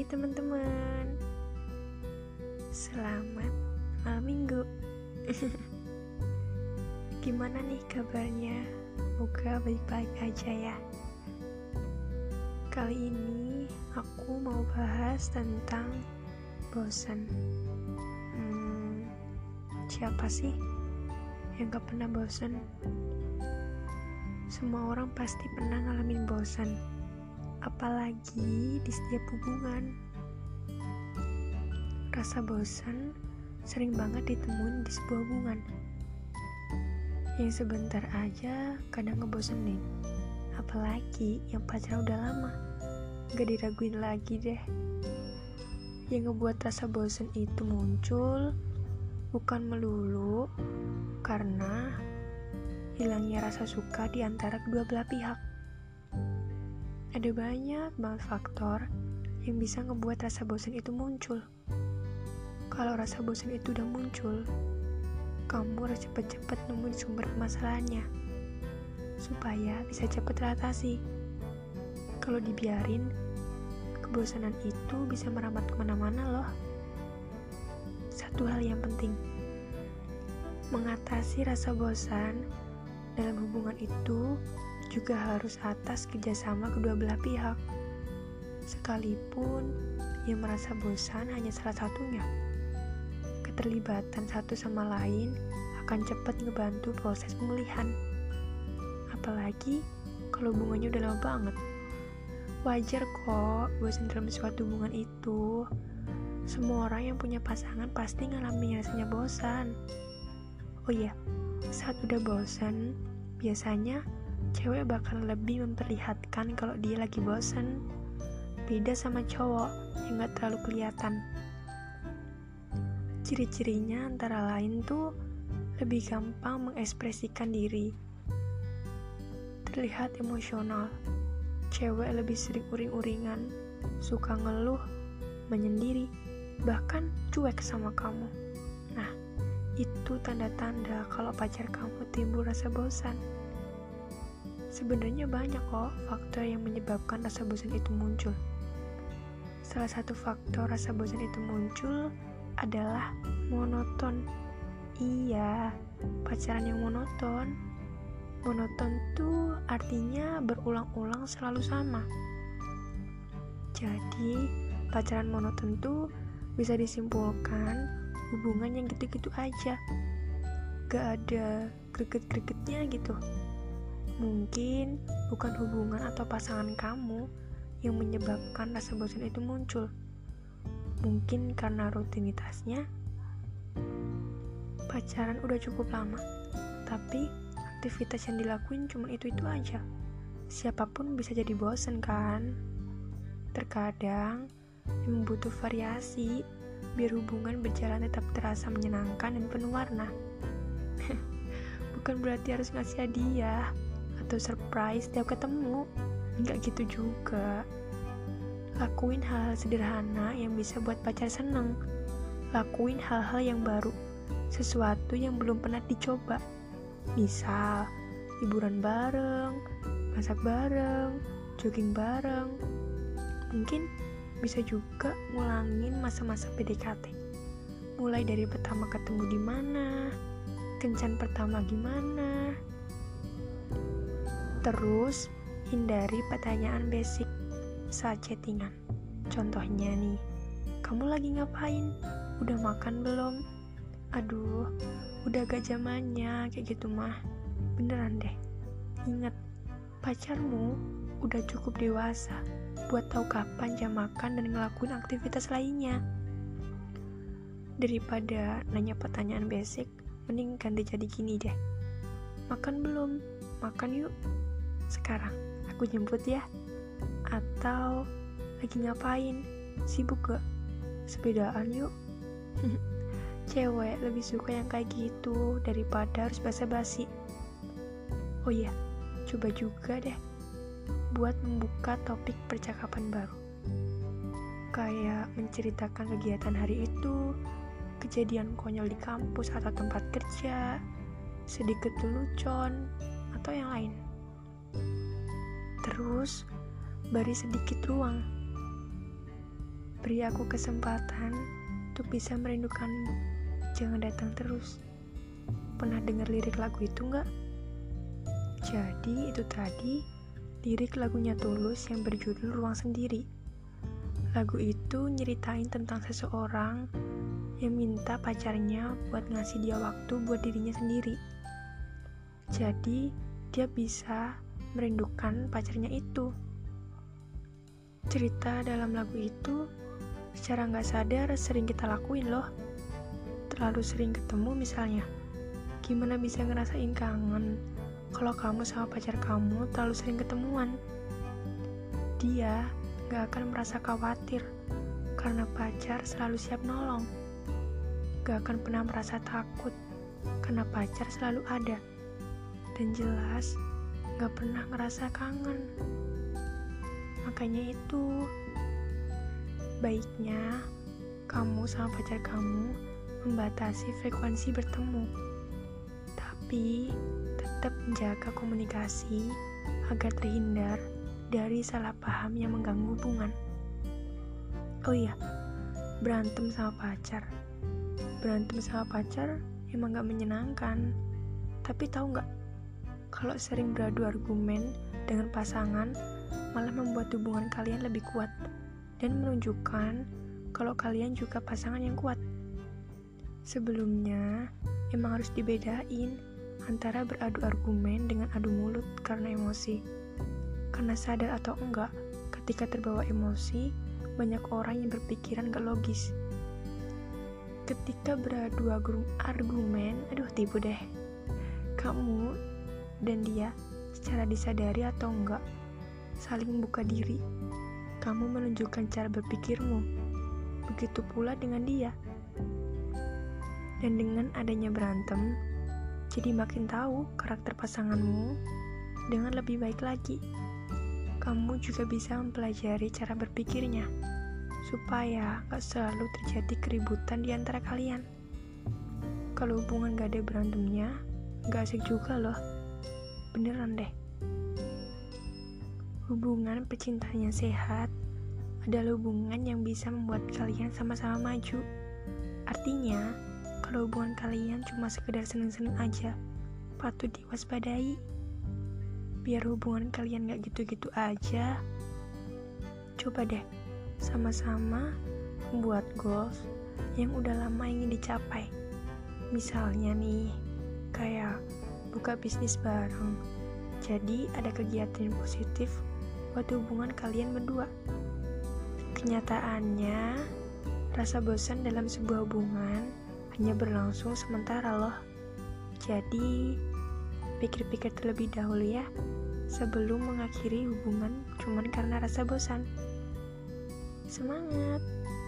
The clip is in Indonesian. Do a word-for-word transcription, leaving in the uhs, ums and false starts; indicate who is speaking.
Speaker 1: teman-teman, selamat malam minggu. Gimana nih kabarnya? Semoga baik-baik aja ya. Kali ini aku mau bahas tentang bosan. hmm, Siapa sih yang gak pernah bosan? Semua orang pasti pernah ngalamin bosan, apalagi di setiap hubungan. Rasa bosan sering banget ditemuin di sebuah hubungan yang sebentar aja kadang ngebosenin, apalagi yang pacaran udah lama. Gak diraguin lagi deh. Yang ngebuat rasa bosan itu muncul bukan melulu karena hilangnya rasa suka di antara kedua belah pihak. Ada banyak banget faktor yang bisa ngebuat rasa bosan itu muncul. Kalau rasa bosan itu udah muncul, kamu harus cepet-cepet nemuin sumber permasalahannya supaya bisa cepet teratasi. Kalau dibiarin, kebosanan itu bisa merambat kemana-mana loh. Satu hal yang penting, mengatasi rasa bosan dalam hubungan itu juga harus atas kerjasama kedua belah pihak. Sekalipun yang merasa bosan hanya salah satunya, keterlibatan satu sama lain akan cepat ngebantu proses pemulihan. Apalagi kalau hubungannya udah lama banget. Wajar kok bosan dalam suatu hubungan itu. Semua orang yang punya pasangan pasti ngalamin rasanya bosan. Oh iya, saat udah bosan, biasanya cewek bakal lebih memperlihatkan kalau dia lagi bosan. Beda sama cowok yang gak terlalu kelihatan. Ciri-cirinya antara lain tuh lebih gampang mengekspresikan diri, terlihat emosional. Cewek lebih sering uring-uringan, suka ngeluh, menyendiri, bahkan cuek sama kamu. Nah, itu tanda-tanda kalau pacar kamu timbul rasa bosan. Sebenarnya banyak kok faktor yang menyebabkan rasa bosan itu muncul. Salah satu faktor rasa bosan itu muncul adalah monoton. Iya, pacaran yang monoton. Monoton tuh artinya berulang-ulang selalu sama. Jadi, pacaran monoton tuh bisa disimpulkan hubungan yang gitu-gitu aja. Gak ada greget-gregetnya gitu. Mungkin bukan hubungan atau pasangan kamu yang menyebabkan rasa bosan itu muncul. Mungkin karena rutinitasnya. Pacaran udah cukup lama, tapi aktivitas yang dilakuin cuma itu-itu aja. Siapapun bisa jadi bosan kan? Terkadang yang butuh variasi biar hubungan berjalan tetap terasa menyenangkan dan penuh warna. Bukan berarti harus ngasih hadiah atau surprise setiap ketemu. Enggak gitu juga. Lakuin hal-hal sederhana yang bisa buat pacar seneng. Lakuin hal-hal yang baru, sesuatu yang belum pernah dicoba. Misal, liburan bareng, masak bareng, jogging bareng. Mungkin bisa juga ngulangin masa-masa P D K T. Mulai dari pertama ketemu di mana, kencan pertama gimana. Terus, hindari pertanyaan basic saat chattingan. Contohnya nih, kamu lagi ngapain? Udah makan belum? Aduh, udah gak zamannya kayak gitu mah. Beneran deh. Ingat, pacarmu udah cukup dewasa buat tahu kapan jam makan dan ngelakuin aktivitas lainnya. Daripada nanya pertanyaan basic, mending ganti jadi gini deh. Makan belum? Makan yuk. Sekarang aku jemput ya. Atau lagi ngapain? Sibuk gak? Sepedaan yuk. Cewek lebih suka yang kayak gitu daripada harus basa-basi. Oh iya, coba juga deh buat membuka topik percakapan baru. Kayak menceritakan kegiatan hari itu, kejadian konyol di kampus atau tempat kerja, sedikit lelucon, atau yang lain. Terus, beri sedikit ruang Beri aku kesempatan untuk bisa merindukanmu. Jangan datang terus. Pernah dengar lirik lagu itu nggak? Jadi itu tadi lirik lagunya Tulus yang berjudul Ruang Sendiri. Lagu itu nyeritain tentang seseorang yang minta pacarnya buat ngasih dia waktu buat dirinya sendiri. Jadi dia bisa merindukan pacarnya itu. Cerita dalam lagu itu secara nggak sadar sering kita lakuin loh. Terlalu sering ketemu misalnya. Gimana bisa ngerasain kangen kalau kamu sama pacar kamu terlalu sering ketemuan? Dia gak akan merasa khawatir karena pacar selalu siap nolong. Gak akan pernah merasa takut karena pacar selalu ada. Dan jelas gak pernah ngerasa kangen. Makanya itu baiknya kamu sama pacar kamu membatasi frekuensi bertemu, tapi tetap menjaga komunikasi agar terhindar dari salah paham yang mengganggu hubungan. Oh iya, berantem sama pacar. Berantem sama pacar emang gak menyenangkan. Tapi tahu gak, kalau sering beradu argumen dengan pasangan malah membuat hubungan kalian lebih kuat dan menunjukkan kalau kalian juga pasangan yang kuat. Sebelumnya, emang harus dibedain antara beradu argumen dengan adu mulut karena emosi. Karena sadar atau enggak, ketika terbawa emosi, banyak orang yang berpikiran gak logis. Ketika beradu argumen, aduh tipu deh. Kamu dan dia secara disadari atau enggak, saling membuka diri. Kamu menunjukkan cara berpikirmu. Begitu pula dengan dia. Dan dengan adanya berantem, jadi makin tahu karakter pasanganmu dengan lebih baik lagi. Kamu juga bisa mempelajari cara berpikirnya, supaya gak selalu terjadi keributan di antara kalian. Kalau hubungan gak ada berantemnya, gak asik juga loh. Beneran deh. Hubungan percintaan yang sehat adalah hubungan yang bisa membuat kalian sama-sama maju. Artinya, kalau hubungan kalian cuma sekedar seneng-seneng aja, patut diwaspadai. Biar hubungan kalian gak gitu-gitu aja. Coba deh, sama-sama membuat goals yang udah lama ingin dicapai. Misalnya nih, kayak buka bisnis bareng. Jadi ada kegiatan yang positif buat hubungan kalian berdua. Kenyataannya, rasa bosan dalam sebuah hubungan hanya berlangsung sementara loh. Jadi, pikir-pikir terlebih dahulu ya, sebelum mengakhiri hubungan cuman karena rasa bosan. Semangat!